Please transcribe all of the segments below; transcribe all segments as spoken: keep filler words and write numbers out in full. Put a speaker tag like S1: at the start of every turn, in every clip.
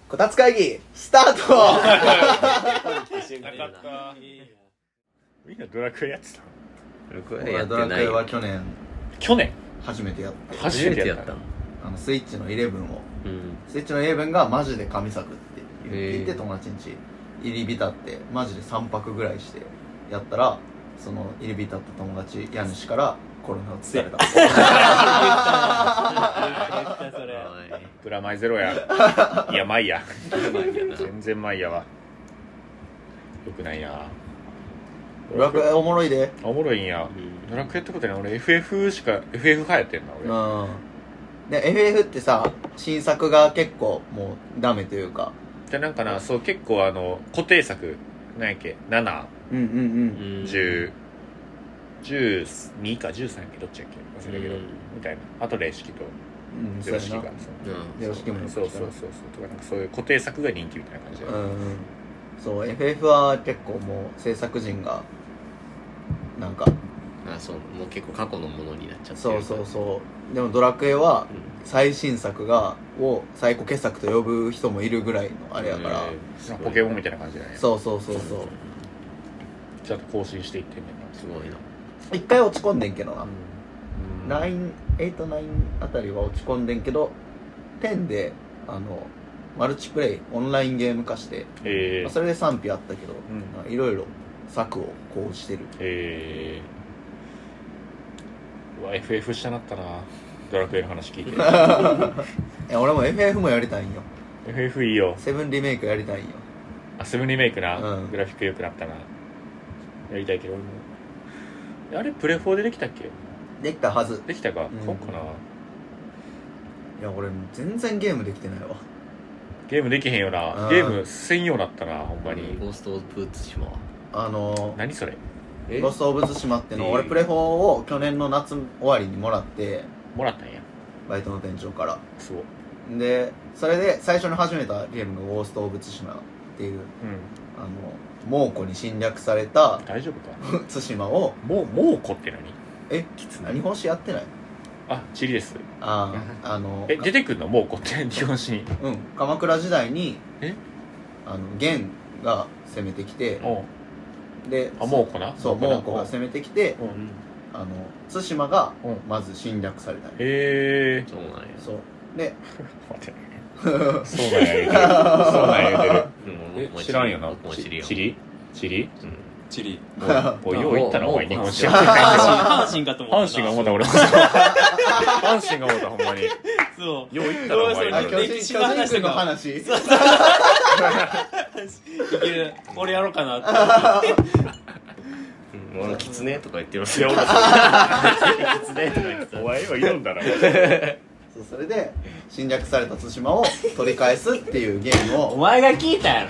S1: こたつ会議スタート
S2: なかったみんなドラクエやってた
S3: ドラクエやって
S1: ドラクエ
S3: ない
S1: は去年
S2: 去年
S1: 初めてやって
S2: 初めてやったの
S1: あのスイッチのじゅういちを
S3: うん
S1: スイッチのじゅういちがマジで神作って言っていて
S3: へー
S1: 友達ん家入り浸ってマジでさんぱくぐらいしてやったらその入り浸った友達家主からコロナを移された
S4: それ
S2: プラマイゼロやいやマイや全然マイやわよくないな
S1: ドラクエおもろいで
S2: おもろいんや、
S3: うん
S2: ドラクエってことね俺 エフエフ しか エフエフ 流行ってんな俺、
S1: うんで エフエフ ってさ新作が結構もうダメというか
S2: でなんかなそう結構あの固定作なんやっけなな、
S1: うんうん
S3: うん
S2: じゅう、じゅうにかじゅうさんやっけどっちやっけ忘れたけど、
S3: うん
S2: みたいなあと零式と
S1: うんうん
S2: ゼロ式が
S1: そうや
S3: うん
S1: ゼロ式も
S2: そうそうそうそうとかなんかそういう固定作が人気みたいな感じで、
S1: なうんうんそう エフエフ は結構もう制作陣がなんか
S3: あそうもう結構過去のものになっちゃってる
S1: そうそうそうでもドラクエは最新作がを最高傑作と呼ぶ人もいるぐらいのあれやから、
S3: えー
S2: ポケモンみたいな感じじゃない
S1: そうそうそうそう
S2: ちゃんと更新していってんねんな
S3: すごいな
S1: 一回落ち込んでんけどな、
S2: うん
S1: ナイン、エイト、ナインあたりは落ち込んでんけどテンであのマルチプレイオンラインゲーム化して、
S2: えー、
S1: それで賛否あったけど
S2: うん
S1: いろいろ策を講じてる
S2: えー、うわ エフエフ したなったなドラクエの話聞いて
S1: いや俺も エフエフ もやりたいんよ
S2: エフエフ いいよ
S1: セブンリメイクやりたいんよ
S2: あセブンリメイクな、
S1: うん
S2: グラフィック良くなったなやりたいけど俺もあれプレフォーでできたっけ
S1: できたはず
S2: できたか、
S1: ん
S2: そうかない
S1: や俺全然ゲームできてないわ
S2: ゲームできへんよな
S1: うん
S2: ゲーム専用だったなほんまに、
S3: ゴースト・オブ・ツシマは
S1: あの
S2: 何それ
S3: え
S1: ロスト・オブ・ツシマっての
S3: えー
S1: 俺プレフォーを去年の夏終わりにもらって
S2: もらったんや
S1: バイトの店長から
S2: すごい
S1: でそれで最初に始めたゲームがゴースト・オブ・ツシマっていう
S2: うん
S1: あの猛虎に侵略された
S2: 大丈夫か
S1: 対馬を
S2: もう猛虎って何
S1: え日本史やってない
S2: あチリです
S1: あああの
S2: え出てくんの猛虎って日本史に
S1: うん鎌倉時代に
S2: え
S1: あの元が攻めてきて
S2: おう
S1: で
S2: あ猛虎な
S1: そう
S2: 猛虎
S1: 猛虎が攻めてきて
S2: うん
S3: うん
S1: あの対馬が
S2: うん
S1: まず侵略されたね
S2: へえ
S3: そうなんや
S1: そうで
S2: 待ってそうなんや言うてるそうなんや言うてる
S3: うん
S2: え知らんよな
S3: 僕も知るよ
S2: チリチリ
S3: うん
S4: チリ
S2: おいよう言ったなお前日本史
S4: 阪神かと思った
S2: 阪神が思った俺も阪神が思ったほんまによ
S4: そう
S2: う言ったなお前
S1: あ
S4: どう
S1: 巨人巨人軍の話
S4: いける俺やろうかなって
S3: うん俺キツネとか言ってます
S2: いや
S3: よキツネとか言ってた
S2: お前は挑んだな
S1: そうそれで侵略された対馬を取り返すっていうゲームを
S4: お前が聞いたや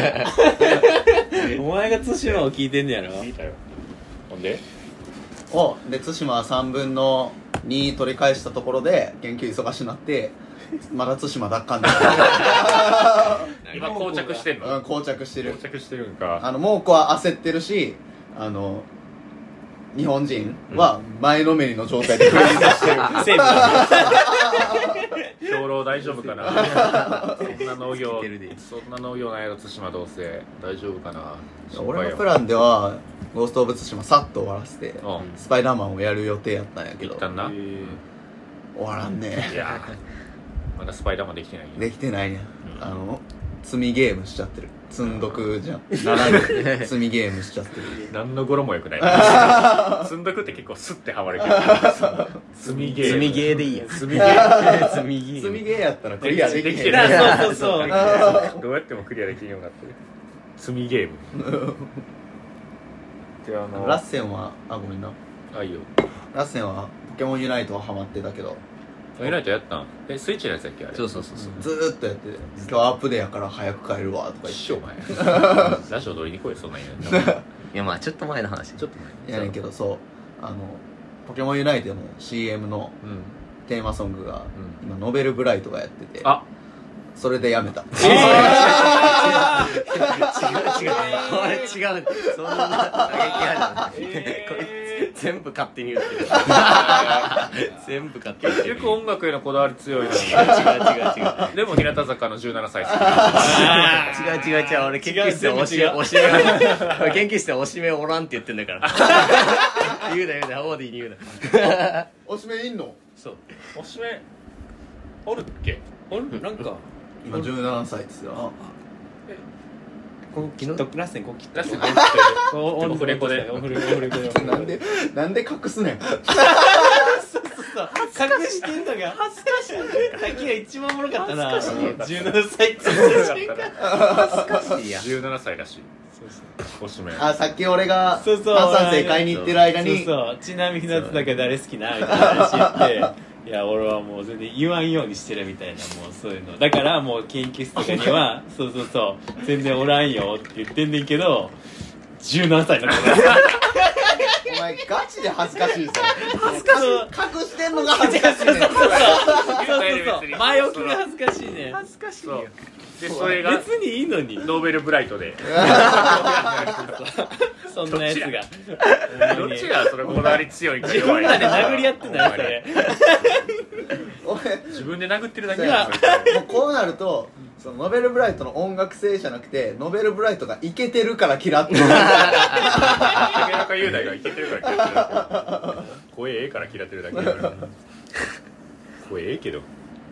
S4: ろお前が対馬を聞いてんねやろ
S2: 聞いたよほんで
S1: をで対馬はさんぶんのに取り返したところで研究忙しくなってまだ対馬奪還でき
S2: 今膠着してん
S1: ない、う
S2: の
S1: ん、膠着してる
S2: 膠着してるんか
S1: あの猛虎は焦ってるしあの日本人は前のめりの状態でフリーズしてる
S4: セーブだ
S2: 兵糧大丈夫かなそんな農業
S3: 聞いてるで
S2: そんな農業なんやろ対馬どうせ大丈夫かな
S1: 俺のプランではゴースト・オブ・ツシマさっと終わらせて
S2: うん
S1: スパイダーマンをやる予定やったんやけど
S2: 一旦な
S1: 終わらんね
S2: いやまだスパイダーマンできてないよ
S1: できてないねあの積みゲームしちゃってる積んどくじゃんならぬ積みゲームしちゃってる
S2: 何の語呂もよくない積んどくって結構スッてハマるけど積みゲー
S3: 積みゲーでいいや
S2: 積みゲー
S3: 積みゲー
S1: 積みゲーやったらクリアできへん
S2: できてる
S4: そうそうそう
S2: どうやってもクリアできるようになってる積みゲームであの
S1: ラッセンはあごめんな
S2: あいいよ
S1: ラッセンはポケモンユナイトはハマってたけど
S2: ユナイトやったんえスイッチのやつだっけあれ
S3: そうそうそうそう
S1: ずーっとやってて今日アップデーやから早く帰るわとか言
S2: 一
S1: って
S2: 生お前ラジオ取りに来いそんなんやん
S3: いやまあちょっと前の話
S2: ちょっと前
S1: やねんけどそうあのポケモンユナイトの シーエム の
S2: うん
S1: テーマソングが
S2: うん
S1: 今ノベルブライトがやってて
S2: あ
S1: それでやめた
S3: 違う違うこれ違うそんな打撃あるのこいつ全部勝手に言ってる全部勝手に言ってる
S2: 結局音楽へのこだわり強いのに
S3: 違う違う違う違う
S2: でも日向坂のじゅうななさい好き
S3: 違う違う違う俺研究室でおしめおしめ俺研究室でおしめおらんって言ってんだから言うな言うなオーディに言うな
S1: おしめいんの？
S3: そう
S2: おしめおるっけ？
S4: おるなんか
S1: 今じゅうななさいですよ。
S4: こうきっとラッセンこうきっと
S2: ラッセン
S4: オ
S2: オフレコで
S4: オフレコオフレコで
S1: なんでなんで隠すねん。
S4: 隠してんのが恥ずかしいさっきが一番おもろかったな
S3: 恥ずかしい
S4: じゅうななさいって言った瞬間
S3: 恥ずかしいや
S2: じゅうななさいらしいおしめ
S1: あ、さっき俺が
S4: そうそう
S1: 炭酸水買いに行ってる間に。
S4: そうそうちなみに夏だけ誰好きなみたいな話言っていや俺はもう全然言わんようにしてるみたいなもうそういうのだからもう研究室とかにはそうそうそう全然おらんよって言ってんねんけどじゅうななさいの子だ
S1: お前ガチで恥ずかしいぞ。
S4: 恥ずかしい
S1: 隠してんのが恥ずかしいねん。
S4: そうそうそう前置きが恥ずかしいね
S3: 恥ずかしい
S2: そうでそれが
S4: 別にいいのに
S2: ノーベルブライトで
S4: そんなやつが
S2: どっちがそれこだわり強いか
S4: 自
S2: 弱いか
S4: 分らで殴り合ってないそれ
S1: 俺
S2: 自分で殴ってるだけ
S1: いや
S2: だ
S1: もうこうなるとそのノベルブライトの音楽性じゃなくてノベルブライトがイケてるから嫌ってる。
S2: 竹中雄大がイケてるから嫌ってる声ええから嫌ってるだけだから声ええけど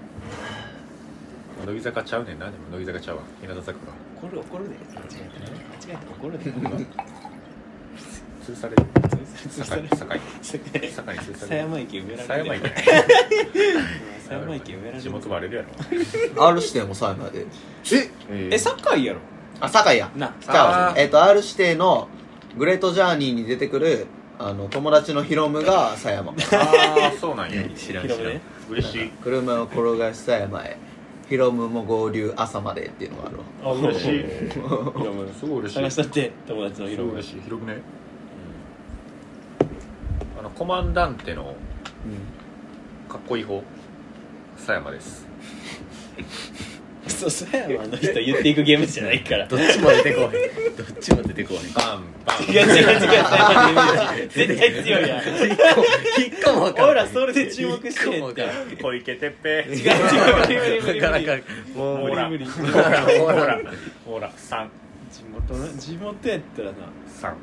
S2: 乃木坂ちゃうねんな。でも乃木坂ちゃうわ日向坂か
S4: 怒る怒るで間違えた間違えた怒るで
S2: 通される
S4: 通される
S2: 坂井坂井坂井に通さ
S4: 狭
S2: れる
S4: 山駅埋められる
S2: 狭山駅
S4: 狭山駅埋められる
S2: 地元バレるやろ
S1: R 指定もさまで。え
S4: え堺やろ
S1: あ、堺や。
S4: な
S1: じゃあ
S2: あー
S1: えっと R 指定のグレートジャーニーに出てくるあの友達のヒロムが狭山。
S2: ああそうなんや
S3: 知らん知らん
S4: 広めね
S2: 嬉しい
S1: 車を転がし狭山へ。ヒロムも合流朝までっていうのがあるわ。
S4: あ
S2: 嬉しい
S4: ヒロム
S2: すごい嬉しい
S4: 探したって友達のヒロム
S2: 嬉しい広くねあのコマンダンテのかっこいい方狭山です
S4: そう狭山の人言っていくゲームじゃないから
S3: どっちも出てこないどっちも出てこない
S2: バンバン
S4: 違う違う違う狭山のイメージ絶対強いやん
S3: 一個も分か
S4: 俺
S3: んない
S4: らそれで注目してんって
S2: 小池徹平
S4: 違う違う無理無理無理
S3: なかなか
S4: 無理
S3: もう
S2: ほら
S4: 無理
S2: ほらほらほらさん
S4: 地元な地元やったらな
S2: さん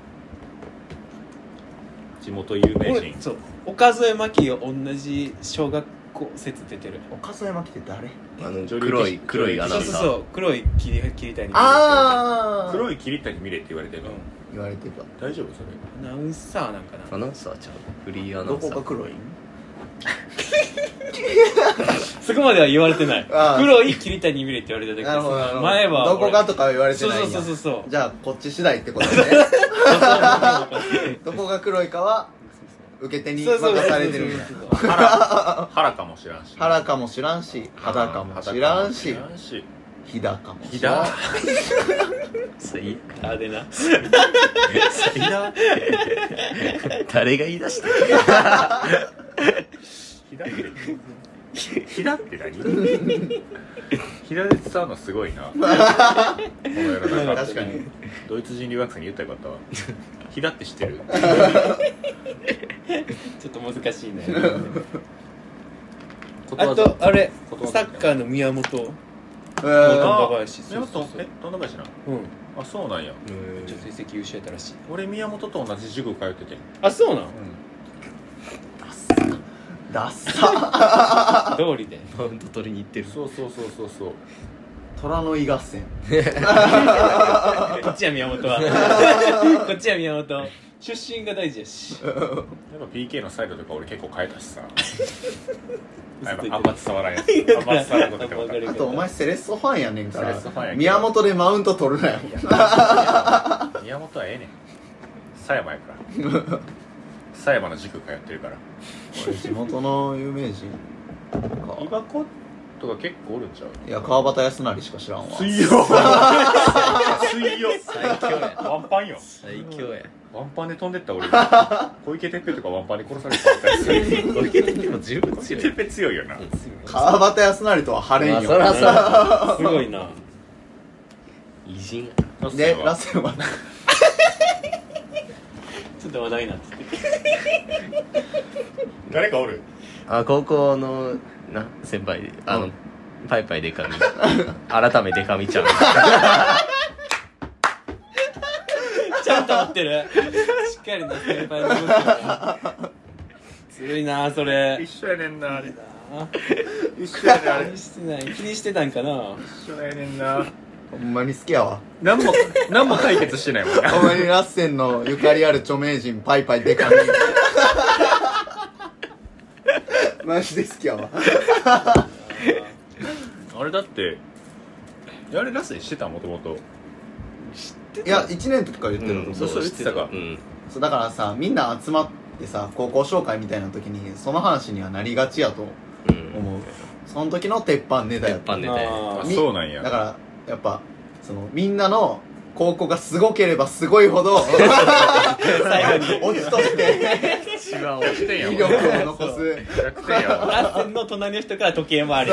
S2: 地元有名人
S4: 俺そう岡添真希が同じ小学校説出てる
S1: 岡添真希って誰？
S3: あの黒い黒いアナ
S4: そうそう
S3: ウンサー
S4: そう黒い切り切りたいに
S1: ああ
S2: 黒い桐谷美玲って言われてるの
S1: 言われてた。
S2: 大丈夫それ
S4: アナウンサーなんかな
S3: アナウンサーちゃうフリーアナウ
S1: ど
S3: ンサー
S1: こが黒いん？
S4: そこまでは言われてない
S1: あー
S4: 黒い桐谷美玲って言われた時
S1: なるほどなるほど。
S4: 前は
S1: どこがとかは言われて
S4: そう
S1: ないんや。
S4: そうそうそうそう
S1: じゃあこっち次第ってことね。どこが黒いかは受け手に任されてるんや。
S2: 腹腹かもしらんし
S1: 腹かもしらんし肌かもしらんし
S2: 肌かもしらんし
S1: ひだかもし
S2: ひ
S1: らん
S2: だ
S3: 最
S4: あでな
S2: ひだ
S3: 誰が言い出した
S2: ひだってひだって何ひだで伝わるのすごいなこの世の中
S1: 確かに。
S2: ドイツ人留学生に言ったらよかったわひだって知ってる
S4: ちょっと難しいね
S2: ことわざ
S4: あとあれ
S2: ことわざ
S4: サッカーの宮本
S1: えー
S4: 富田林
S2: 宮本
S4: そうそうそう
S2: え富田林な
S4: うん
S2: あそうなんや
S4: ちょっと成績優秀やったらしい
S2: 俺宮本と同じ塾通ってて
S4: あそうなん
S2: う
S1: ダッサ。
S4: 通りで
S3: マウント取りに行ってる
S2: んそうそうそうそうそう
S1: 虎の胃合戦。
S4: こっちは宮本はこっちは宮本出身が大事やし
S2: やっぱ ピーケー のサイドとか俺結構変えたしさやっぱあんま伝わらんやつあんま伝わらんことって分かる
S1: あとお前セレッソファンやねんか
S2: セレッソファンや
S1: ら
S2: けど
S1: 宮本でマウント取るなよ。
S2: 宮本はええねん狭山やから狭山の塾通ってるから
S1: 俺地元の有名人か。
S2: 岩子とか結構おるんちゃう
S1: いや川端康成しか知らんわ。
S2: 水曜水曜
S3: 最強や
S2: ワンパンよ
S3: 最強や
S2: ワンパンで飛んでった俺小池徹平とかワンパンで殺されてた
S3: 小池徹平も十分
S2: 小池
S3: 強い
S2: 徹平強いよな
S1: 川端康成とは晴れんよ。
S3: まあそらそう
S4: すごいな
S3: 偉人
S1: でラッセンは
S4: ちょっと話題になってて
S2: 誰かおる？
S3: あ高校のな先輩であの、
S1: うん
S3: パイパイデカミ改めデカミちゃん
S4: ちゃんと合ってるしっかりな先輩のことだずるいなそれ
S2: 一緒やねんなあれ。
S4: な
S2: 一緒やねんあれ。
S4: 気にしてない気にしてたんかな
S2: 一緒やねんな。
S1: ほんまに好きやわ。
S2: 何も何も解決してないもんな。
S1: ほんまにラッセンのゆかりある著名人パイパイデカミマジで好きやわ。
S2: あれだってあれラスでしてたもともと。
S1: いやいちねんの時から言ってるの、
S2: そうそう言ってたか
S3: うん
S1: そうだからさみんな集まってさ高校紹介みたいな時にその話にはなりがちやと
S3: うん
S1: 思う。その時の鉄板ネタやった。
S3: 鉄板ネタや
S4: あ
S2: あ
S1: み
S2: そうなんや。
S1: だからやっぱそのみんなの高校がすごければすごいほど
S4: 最後に
S1: オチとして
S3: 一番
S2: 逆転や
S1: 威
S2: もん
S1: 力を残す。
S2: 逆転やわ。
S4: ラッセンの隣の人から時計回り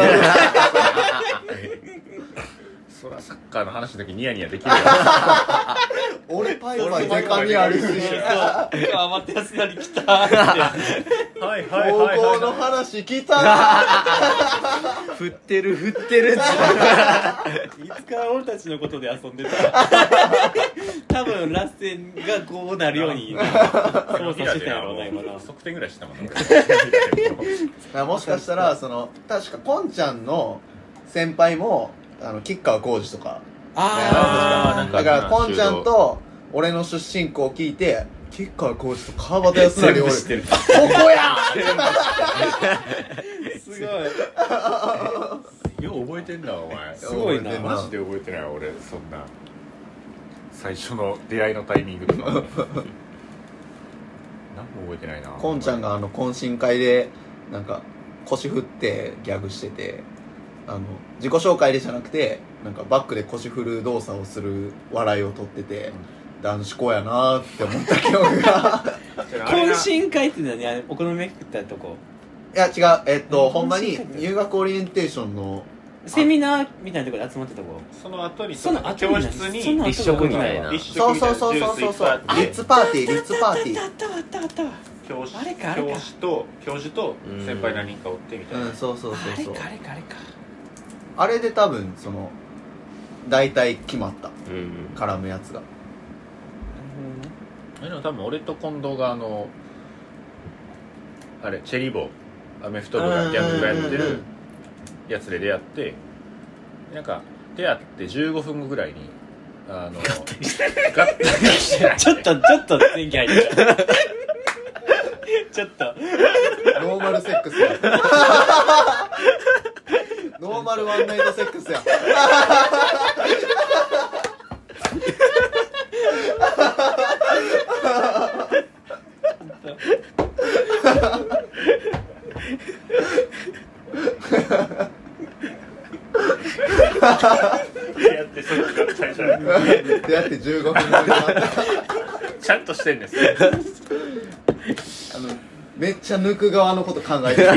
S2: そらサッカーの話の時ニヤニヤできるよ。
S1: 俺パイパイデカミあるし
S4: 今日余ってやすなり来たって
S2: はいはい
S1: 高
S2: はい
S1: 校の
S2: は
S1: 話聞いたな。
S3: 振ってる振ってる
S4: いつから俺たちのことで遊んでた多分ラッセンがこうなるように操作してたんやろうな今な
S2: 測定ぐらいしてたもんね。
S1: だからもしかしたらその確かこんちゃんの先輩もあの吉川晃司とか
S4: あ
S2: なん
S1: だからこんちゃんと俺の出身校を聞いて吉川晃司と川端康成俺こ
S3: てる
S1: こや
S4: すごい
S2: よう覚えてんなお前。
S4: すごいな
S2: マジで覚えてない俺そんな最初の出会いのタイミングとか何も覚えてないな。
S1: こんちゃんがあの懇親会でなんか腰振ってギャグしててあの自己紹介でじゃなくてなんかバックで腰振る動作をする笑いを取ってて、男子校やなーって思った記憶が
S4: 懇親会って何あれお好み焼き食ったとこ
S1: いや違うえっと
S4: うん
S1: ほんまに
S4: 懇親会って
S1: 入学オリエンテーションの
S4: セミナーみたいなところで集まってたとこ
S2: その後に
S4: その後に
S2: 教室に
S4: その後
S3: 立食みたいな
S2: 立
S1: そう
S2: 食みたいうな
S1: そそうそうそうそう
S2: ジュースいっぱいあって
S1: リッツパーティーリッツパーティ
S4: あったわあったわあったわ
S2: 教師
S4: あれかあれか
S2: 教師と教授と先輩何人かおってみたいな。
S1: ーうんそうそうそうそう
S4: あれかあれかあれか
S1: あれで多分その大体決まった
S3: うん
S1: 絡むやつが
S2: でも多分俺と近藤があのあれチェリーボーアメフト部がギャングがやって
S1: うんうんうん
S2: るやつで出会ってなんか出会ってじゅうごふんごぐらいにあの合体してない
S4: ちょっとちょっと電気入ってたちょっと
S1: ノーマルセックスやノーマルワンナイトセックスや
S2: 出会ってすぐ合体じゃない
S1: 出会ってじゅうごふんごになった
S2: ちゃんとしてんですよ
S1: あのめっちゃ抜く側のこと考えてる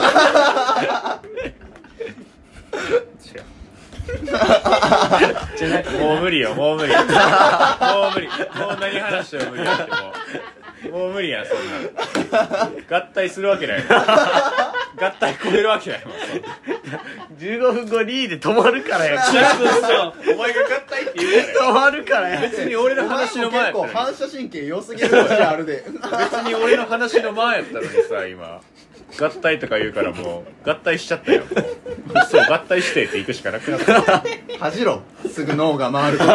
S4: じゃなくて
S2: もう無理よもう無理もう無理もう何話しても無理だってもうもう無理やそんな合体するわけない合体超えるわけないもん
S3: じゅうごふんごにで止まるからや
S4: そうそう
S2: お前が合体って言うから
S3: 止まるからや
S2: 別に俺の話の前やったのに
S1: 結構反射神経良すぎる節あるで
S2: 別に俺の話の前やったのにさ今合体とか言うからもう合体しちゃったよもうそう合体してって行くしかなくなった
S1: 恥じろすぐ脳が回ること
S2: よ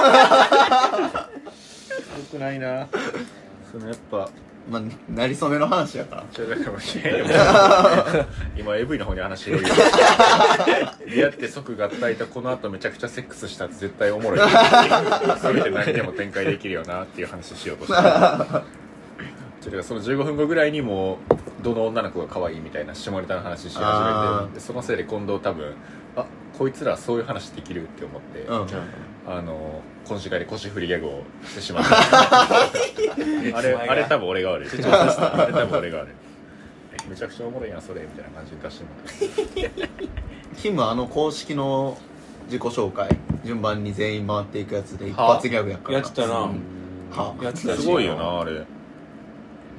S2: くないなそのやっぱ
S1: まあなりそめの話やから
S2: ちょだからもう今 エーブイ の方に話してるよ出会って即合体とこの後めちゃくちゃセックスしたって絶対おもろいそれで何でも展開できるよなっていう話しようとしてそれがそのじゅうごふんごぐらいにもうどの女の子が可愛いみたいな下ネタの話し始
S1: あー
S2: めてでそのせいで近藤多分あこいつらそういう話できるって思って、
S1: うん
S2: あの今週会で腰振りギャグをしてしまったあれあれ多分俺が悪いあれ多分俺が悪いめちゃくちゃおもろいやんそれみたいな感じで出してもらって
S1: キムあの公式の自己紹介順番に全員回っていくやつで一発ギャグやから
S4: やってたな
S1: うんは
S4: やってたし
S2: すごいよなあれ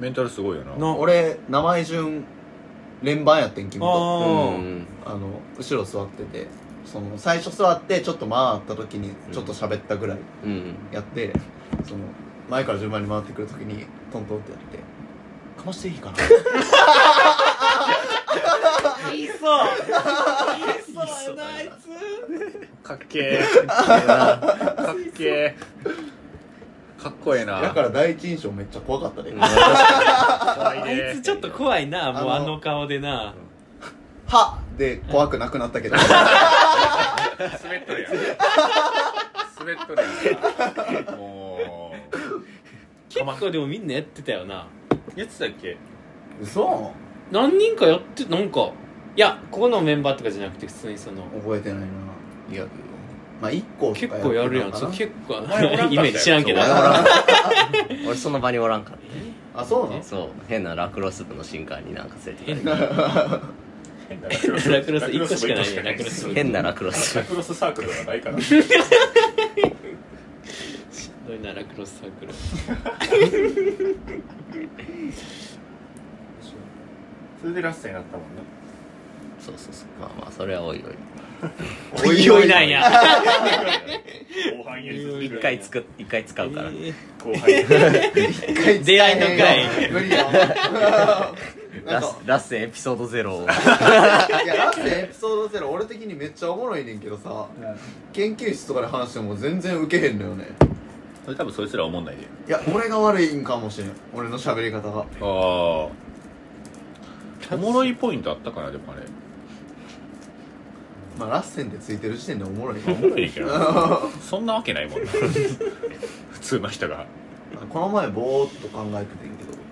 S2: メンタルすごいよな。
S4: な
S1: 俺名前順連番やってん君と
S4: あ
S3: うん
S1: あの後ろ座ってて、その最初座ってちょっと回った時にちょっと喋ったぐらい
S3: うん
S1: やって、その前から順番に回ってくる時にトントンってやってかましていいかな
S4: あいいそういいそうやなあいつ
S2: かっけーかっけーかっこええな。
S1: だから第一印象めっちゃ怖かったで、
S2: 怖い
S4: あ
S2: ね
S4: いつちょっと怖いなもう
S1: あの
S4: あの顔でな
S1: はで怖くなくなったけど
S2: 滑っとるやん滑っとるやんもう
S4: 結構でもみんなやってたよな
S2: やってたっけ。
S1: 嘘
S4: 何人かやってなんかいやここのメンバーとかじゃなくて普通にその
S1: 覚えてないな。
S3: いや
S1: まあ一個
S4: 結構やるやん
S1: ってたのか
S4: そう結構
S2: 前おらんかったよ
S4: イメージ知らんけど
S1: そうおらん
S3: 俺その場におらんから
S1: なあそうなの
S3: そう変なラクロス部の新刊になんか連れて
S4: 変
S3: かれ
S4: な
S2: 変な
S4: ラクロスいっこしかないねラクロス
S3: て変なラクロス
S2: ラクロスサークルがないから
S4: しんどいなラクロスサークル
S2: それでラッセになったもんね。
S3: そうそうそうまあまあそれはおいおい
S1: お
S4: いおいなんや
S2: 後半やり
S3: 一回つく一回使うから、
S4: え
S2: 後半やり
S4: 出会いの回
S1: 無理よなんか
S3: ラスラッセンエピソードゼロを
S1: いやラッセンエピソードゼロ俺的にめっちゃおもろいねんけどさ、研究室とかで話しても全然ウケへんのよね。
S2: それ多分そいつら思んないで。
S1: いや俺が悪いんかもしれん、俺の喋り方が。
S2: ああおもろいポイントあったかな。でもあれ
S1: まあラッセンでついてる時点でおもろい
S2: おもろいけどそんなわけないもんな普通の人が。
S1: この前ぼーっと考えててんけど、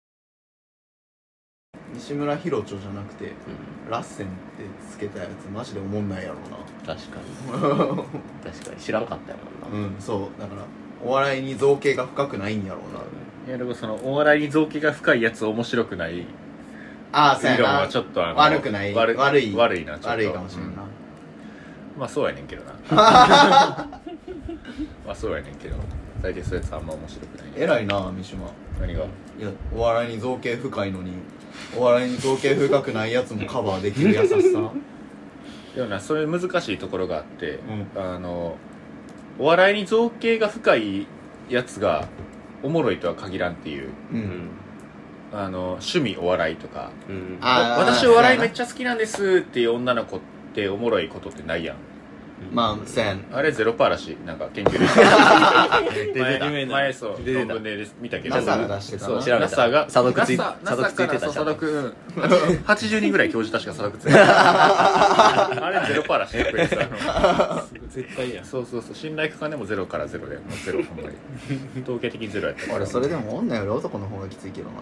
S1: 西村ヒロチョじゃなくて、ラッセンってつけたやつマジでおもんないやろうな。
S3: 確かに確かに知らんかったよもんな、
S1: うん、そうだからお笑いに造形が深くないんやろうな。
S2: いやでもそのお笑いに造形が深いやつ面白くない
S1: ああそうや
S2: 理論
S1: な。
S2: はちょっとあの
S1: 悪くない
S2: 悪い
S1: 悪い
S2: 悪いなちょっと
S1: 悪いかもしれんな、
S2: うんまあそうやねんけどなまあそうやねんけど最近そういうやつあんま面白くない。
S1: 偉いな三島。
S2: 何が。
S1: いやお笑いに造形深いのにお笑いに造形深くないやつもカバーできる優しさ
S2: でもなそういう難しいところがあって、
S1: うん
S2: あのお笑いに造形が深いやつがおもろいとは限らんっていう
S1: う
S3: うんん
S2: あの趣味お笑いとか
S3: うん
S1: あー
S2: 私お笑いめっ
S1: ゃ
S2: ちゃ好きなんですっていう女の子っておもろいことってないやん。
S1: まあせやん
S2: あれゼロパーらしいなんか研究でした
S3: 出てた
S2: 前前そう
S3: 出てた
S2: 論文で見たけど
S1: NASA が出してたな
S2: そう
S3: 調べた
S2: NASA が
S3: 査読つい
S2: NASA
S3: 査読ついてた
S2: NASA から
S3: じゃん
S2: そう査読うんはちじゅうにんぐらい教授確か査読ついてたあれゼロパーらしいこいつあの
S4: 絶対やん
S2: そうそうそう信頼区間でもゼロからゼロでもうゼロほんまに統計的にゼロやったから
S1: 俺それでも女より男の方がきついけどな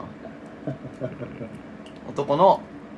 S1: 男の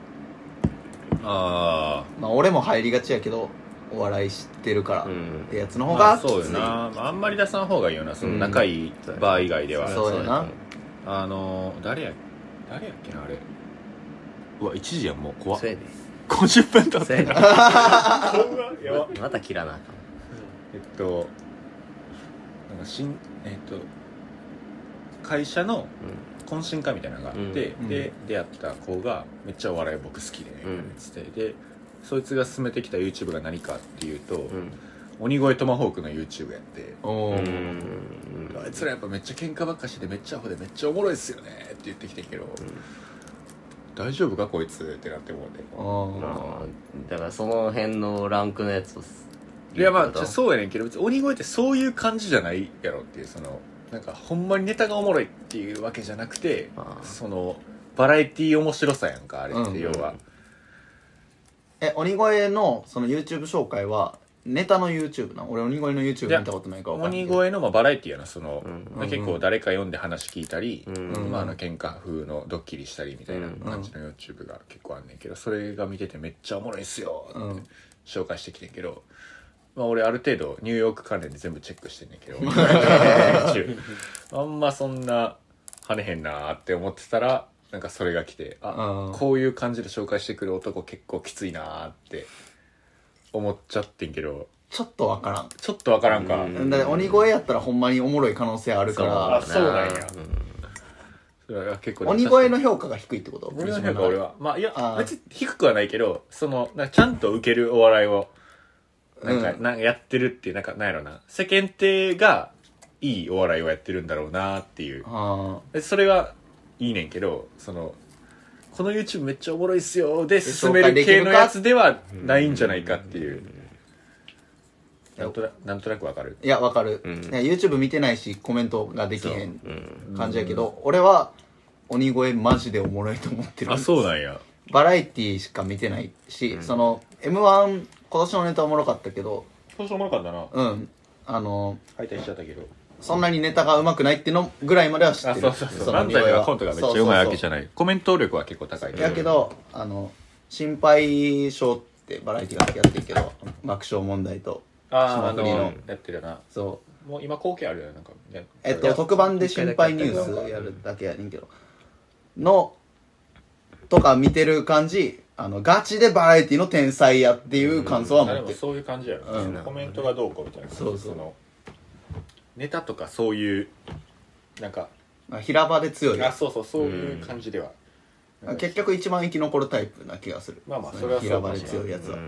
S2: あ
S1: まあ俺も入りがちやけどお笑い知ってるからっ
S3: うん
S1: てやつの
S2: あ
S1: 方がきつい、
S2: まあそうよな、まあ、あんまり出さん方がいいよなその仲いい場合以外では、
S1: そうやな
S2: あの誰や誰やっけなあれうわいちじやんもう怖っ
S3: そうやで
S2: ごじゅっぷん経って
S3: そうやで
S2: んなやば
S3: また切らなあかん
S2: えっとなんかしんえっと会社の懇親会みたいなのがあって、
S1: うん
S2: で出会った子がめっちゃお笑い僕好きでね、
S3: うん
S2: つってでそいつが進めてきた YouTube が何かっていうと、
S3: うん
S2: 鬼越トマホークの YouTube やって
S1: おー
S3: うん
S2: あいつらやっぱめっちゃ喧嘩ばっかしてめっちゃアホでめっちゃおもろいっすよねって言ってきてんけど、大丈夫かこいつってなって思うで
S1: あ
S3: あーだからその辺のランクのやつを
S2: いやまあ
S3: 言うこと
S2: そうやねんけど別に鬼越ってそういう感じじゃないやろっていうそのなんかほんまにネタがおもろいっていうわけじゃなくて
S3: あー
S2: そのバラエティー面白さやんかあれって要は、
S1: え鬼越のその YouTube 紹介はネタの YouTube な。俺鬼越の YouTube 見たことないから分かんない
S2: 鬼
S1: けど
S2: 越のまあバラエティーやなその、
S3: うん
S2: 結構誰か読んで話聞いたり、
S3: うん
S2: まあ、あの喧嘩風のドッキリしたりみたいな感じの YouTube が結構あんねんけどそれが見ててめっちゃおもろいっすよって
S1: うん
S2: 紹介してきてんけど、まあ、俺ある程度ニューヨーク関連で全部チェックしてんねんけどあんまそんな跳ねへんなーって思ってたらなんかそれが来てあ、
S1: うん
S2: こういう感じで紹介してくる男結構きついなーって思っちゃってんけど
S1: ちょっと分からん。
S2: ちょっとわからんか、
S3: うん
S1: だって鬼越やったらほんまにおもろい可能性あるから
S2: あそうなんやそれは結構
S1: 鬼越の評価が低いってこと？
S2: 俺の評価俺はまあいや
S1: あー
S2: 別に低くはないけどそのなんかちゃんと受けるお笑いをなんか、
S1: うん
S2: なんかやってるっていうなんかなんやろな世間体がいいお笑いをやってるんだろうなっていう
S1: あ
S2: でそれはいいねんけどそのこの YouTube めっちゃおもろいっすよで進める系のやつではないんじゃないかっていうなんとななんとなくわかる
S1: いやわかる、
S3: うん
S1: いや YouTube 見てないしコメントができへん
S3: うん
S1: 感じやけど、俺は鬼越マジでおもろいと思ってる。
S2: あそうなんや
S1: バラエティしか見てないし、
S3: うん
S1: その エムワン 今年のネタおもろかったけど、
S2: そうそうおもろかったな
S1: うんあの
S2: 敗退しちゃったけど
S1: そんなにネタが上手くないってのぐらいまでは知ってる。
S2: あそうそうそう
S1: の
S2: 漫才とかコントがめっちゃうまいわけじゃ
S1: ない。
S2: ないコメント力は結構高いけど
S1: やけどあの心配性ってバラエティがやってるけど爆笑問題と
S2: あーあ
S1: 霜降りの
S2: のやってるよな
S1: そう
S2: もう今後継あるよねなんかね
S1: えっと特番で心配ニュースやるだけやねんけどのとか見てる感じあのガチでバラエティの天才やっていう感想は持ってる。
S2: あでもそういう感じやろ、
S1: うん
S2: コメントがどうこうみたいな
S1: そうそう
S2: のネタとかそういうなんか
S1: まあ平場で強い
S2: あそうそうそういう感じでは、
S1: 結局一番生き残るタイプな気がする。
S2: まあまあ
S1: の
S2: それはそう
S1: 平場で強いやつは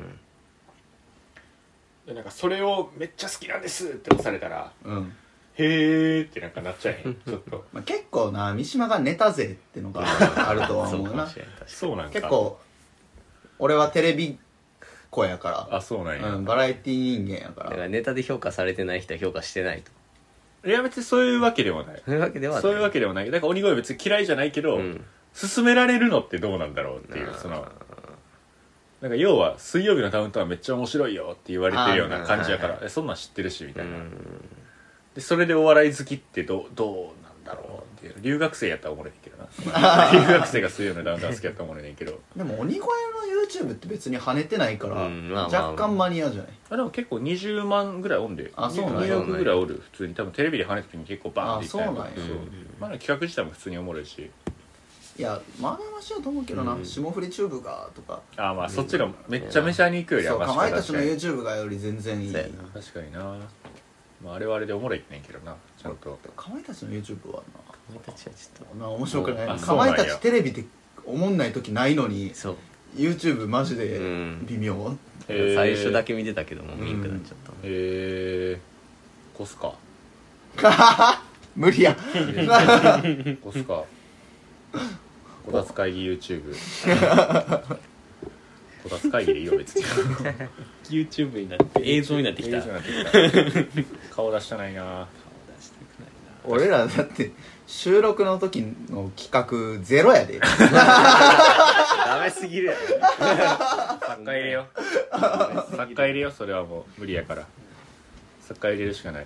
S2: でなんかそれをめっちゃ好きなんですって押されたら
S1: うん、
S2: へーってなんかなっちゃえへんちょっと
S1: まあ、結構な三島がネタ勢ってのがあるとは
S3: そう
S1: 思うな
S3: かもしれん確か
S2: そうなんか
S1: 結構俺はテレビ子やか
S2: あそうなんや、
S1: ら、うん、バラエティ人間やか
S3: にだから
S1: ら
S3: ネタで評価されてない人は評価してないと
S2: いや別にそういうわけでもない
S3: そういうわけではない
S2: そういうわけでもないだから鬼越別に嫌いじゃないけど、
S3: うん
S2: 勧められるのってどうなんだろうっていうそのなんか要は水曜日のダウンタウンめっちゃ面白いよって言われてるような感じやからえそんなん知ってるしみたいな、でそれでお笑い好きってどうどうなんだろうっていう留学生やったらおもろいねんけどな留学生が水曜日のダウンタウン好きやったらおもろいねんけど
S1: でも鬼越の YouTube って別に跳ねてないから、
S3: うんまあまあ
S1: 若干マニアじゃない？
S2: あでも結構にじゅうまんぐらいおんで
S1: あそうなんや
S2: にひゃくぐらいおる普通に多分テレビで跳ねた時に結構バーンっていった
S1: あそうなんや
S2: そうまあ企画自体も普通におもろいし
S1: いやまだましやと思うけどな、
S3: うん
S1: 霜降りチューブがとか
S2: あまあそっちがめっちゃメジャーに行くより
S1: そう
S2: はマシ
S1: かまいたちの
S2: 確かに
S1: YouTube がより全然いい。
S3: そうやな
S2: 確かになまああれはあれでおもろいねんけどなちゃんと
S1: かまいたちの YouTube は
S3: 俺たちはちょっ
S1: なな面白くない
S2: あ
S1: かまいた
S2: そうなんや
S1: ちテレビでおもんない時ないのに
S3: とそう
S1: YouTube マジで
S3: うん
S1: 微妙、
S2: へー
S3: 最初だけ見てたけどもう見んくなっちゃった
S2: へえコスか
S1: 無理や
S2: コスかこたつ会議 YouTube こたつ会議でいいよ別に
S4: YouTube になって映像になってきた
S2: 映像になってきた顔出したないな
S1: 俺らだって収録の時の企画ゼロやで
S3: ダメすぎるやろ
S2: 作家入れよ作家入れよそれはもう無理やから作家入れるしかないう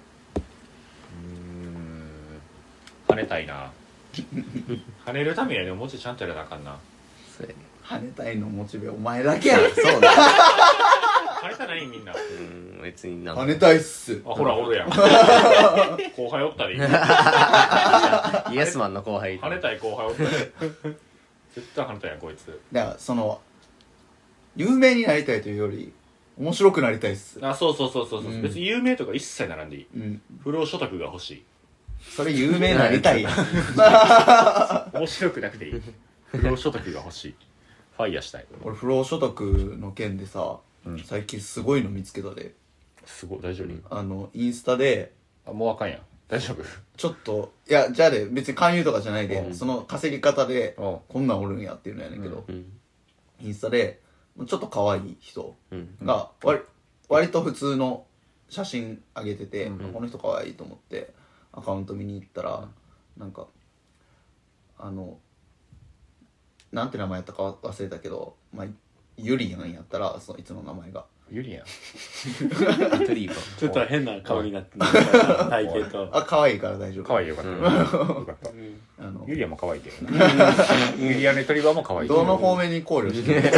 S2: ーん跳ねたいな跳ねるためにはでももうちょいちゃんとやらなあかんな
S3: そうやね
S1: 跳ねたいのモチベお前だけやん
S3: そうだ
S2: 跳ねたないみんな
S3: うん別になんか
S1: 跳ねたいっす
S2: あほらおるやん後輩おったで
S3: イエスマンの後輩
S2: 跳ねたい後輩おったで絶対跳ねたやんこいつ
S1: だからその有名になりたいというより面白くなりたいっす。
S2: あそうそうそうそうそう、
S1: うん
S2: 別に有名とか一切並んでいい
S1: うん
S2: 不労所得が欲しい
S1: それ有名になりたいやん
S2: 面白くなくていい不労所得が欲しいファイヤーしたい
S1: 俺不労所得の件でさ、
S2: うん
S1: 最近すごいの見つけたで、
S2: すごい大丈夫、
S1: あのインスタで
S2: あもうあかんやん大丈夫
S1: ちょっといやじゃあで別に勧誘とかじゃないで、
S2: うん
S1: その稼ぎ方で
S2: うん
S1: こんなんおるんやっていうのやねんけど、
S3: うん
S1: インスタでちょっと可愛い人
S3: うん
S1: が割割と普通の写真上げてて、
S2: うん
S1: この人可愛いと思ってアカウント見に行ったら、なんかあのなんて名前やったか忘れたけど、まあ、ゆりやんやったらそのいつの名前が
S2: ゆりやん
S3: リトリーバー
S4: ちょっと変な顔になってる体型と
S1: あ可愛いから大丈夫
S2: 可愛いよかった、
S3: うん
S2: よかった
S1: あの
S2: ゆりやんも可愛いけどなゆりやんレトリバーも可愛いけ
S1: どの方面に考慮してる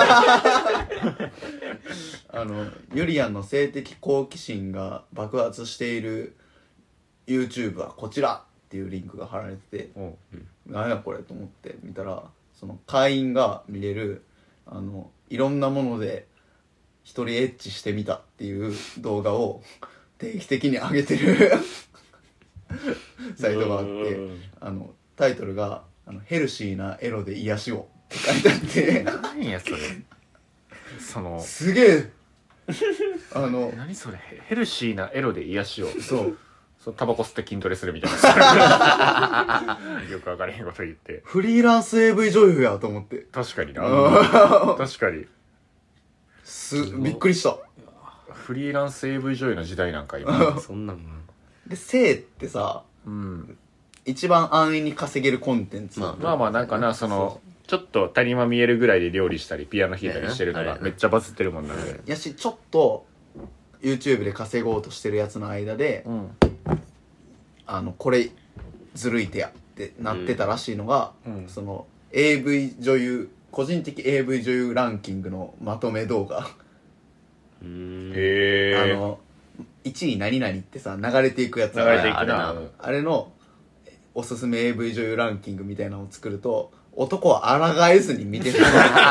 S1: あのゆりやんの性的好奇心が爆発している YouTube はこちらっていうリンクが貼られてて
S2: うん
S1: 何やこれと思って見たらその会員が見れるあのいろんなもので一人エッチしてみたっていう動画を定期的に上げてるサイトがあって
S4: うん
S1: あのタイトルがあのヘルシーなエロで癒しをって書いてあって
S2: 何やそれその
S1: すげえあの
S2: 何それヘルシーなエロで癒しを
S1: そう
S2: そうタバコ吸って筋トレするみたいなよく分からへんこと言って
S1: フリーランス エーブイ 女優やと思って
S2: 確かにな
S1: あ
S2: 確かに
S1: すびっくりした
S2: フリーランス エーブイ 女優の時代なんか今
S3: そんなんも
S1: で性ってさ
S2: うん
S1: 一番安易に稼げるコンテンツなんだ
S2: まあまあなんかなそのちょっと谷間見えるぐらいで料理したりピアノ弾いたりしてるのがめっちゃバズってるもんなんで
S1: やしちょっと YouTube で稼ごうとしてるやつの間で、
S2: うん、
S1: あのこれずるいてやってなってたらしいのが、
S2: うん、
S1: その エーブイ 女優個人的 エーブイ 女優ランキングのまとめ動画
S3: うーん
S2: へえ
S1: あのいちい何々ってさ流れていくやつ
S2: 流れてい
S1: あれ
S2: くな
S1: あれのおすすめ エーブイ 女優ランキングみたいなのを作ると男は抗えずに見てる
S4: サ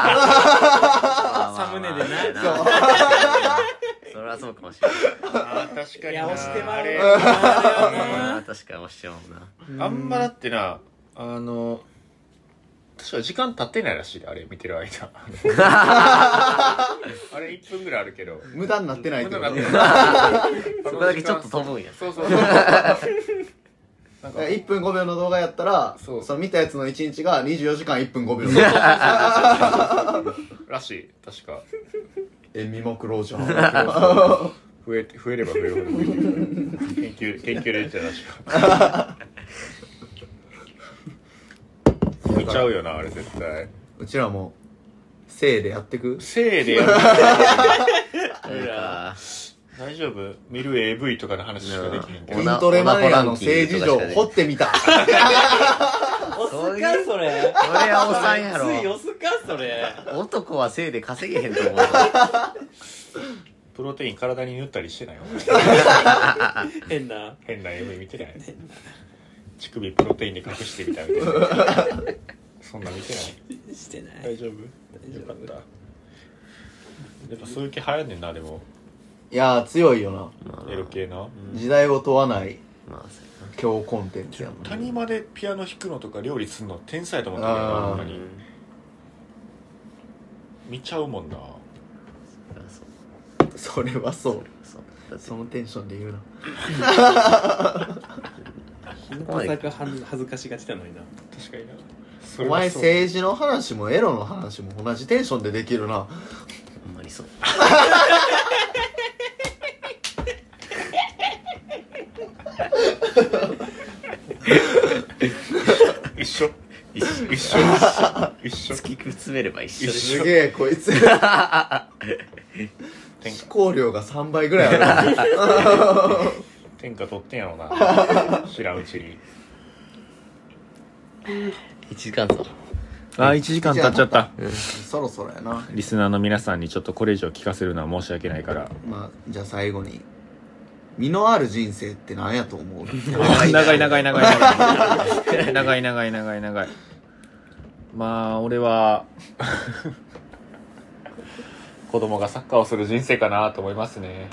S4: ムネでな
S1: そう
S3: それはそうかもしれない
S2: あー確かにな
S4: いや押してまう
S2: あれ
S3: あー確かに押してまうな
S2: あんまだってなあの確か時間経ってないらしいであれ見てる間あれいっぷんぐらいあるけど
S1: 無駄になってないってこと
S2: 無駄になってない
S3: そこだけちょっと飛ぶんや
S2: そうそうそうなんか
S1: いっぷんごびょうの動画やったら
S2: そ
S1: そうの見たやつのいちにちがにじゅうよじかんいっぷんごびょう
S2: らしい確か
S1: え見まくろうじゃん
S2: 増えて増えれば増えるほど研究研究で言ってたらしい見ちゃうよなあれ絶対
S1: うちらも性でやってく
S2: せいでやる
S3: なんか
S2: 大丈夫見る エーブイ とかの話しかできへんけど
S1: 筋トレマネアの性事情掘ってみた
S4: 押すかそれ
S3: それは押さんやろ
S4: つい押すかそれ
S3: 男は性で稼げへんと思う
S2: プロテイン体に塗ったりしてないよ
S4: 変な
S2: 変な エーブイ 見てない乳首プロテインで隠してみたいなそんな見てない
S4: してない
S2: 大丈夫よかったやっぱそういう系流行んねんなでも
S1: いやー強いよな
S3: まあ
S2: エロ系な
S1: 時代を問わない
S3: まあそうやな
S1: 強コンテンツやもん
S2: 谷間でピアノ弾くのとか料理するの天才やと思ったけどな
S1: あー
S2: ほんまに見ちゃうもんな
S3: それはそう
S1: それはそう
S3: そうだって
S1: そのテンションで言うな
S4: まさか恥ずかしがちなのにな
S2: 確かにな
S1: お前政治の話もエロの話も同じテンションでできるな
S3: ほんまにそう
S2: 一緒
S3: 一緒
S2: 一緒一緒
S3: 突き詰めれば一緒でし
S1: すげえこいつ思考量がさんばいぐらいある
S2: 天下取ってんやろな知らんうちに
S3: いちじかんぞ
S2: あーいちじかん経っちゃった
S1: そろそろやな
S2: リスナーの皆さんにちょっとこれ以上聞かせるのは申し訳ないから
S1: まあじゃあ最後に身のある人生って何やと思う
S2: 長い長い長い長い長い長い長い長い長いまあ俺は子供がサッカーをする人生かなと思いますね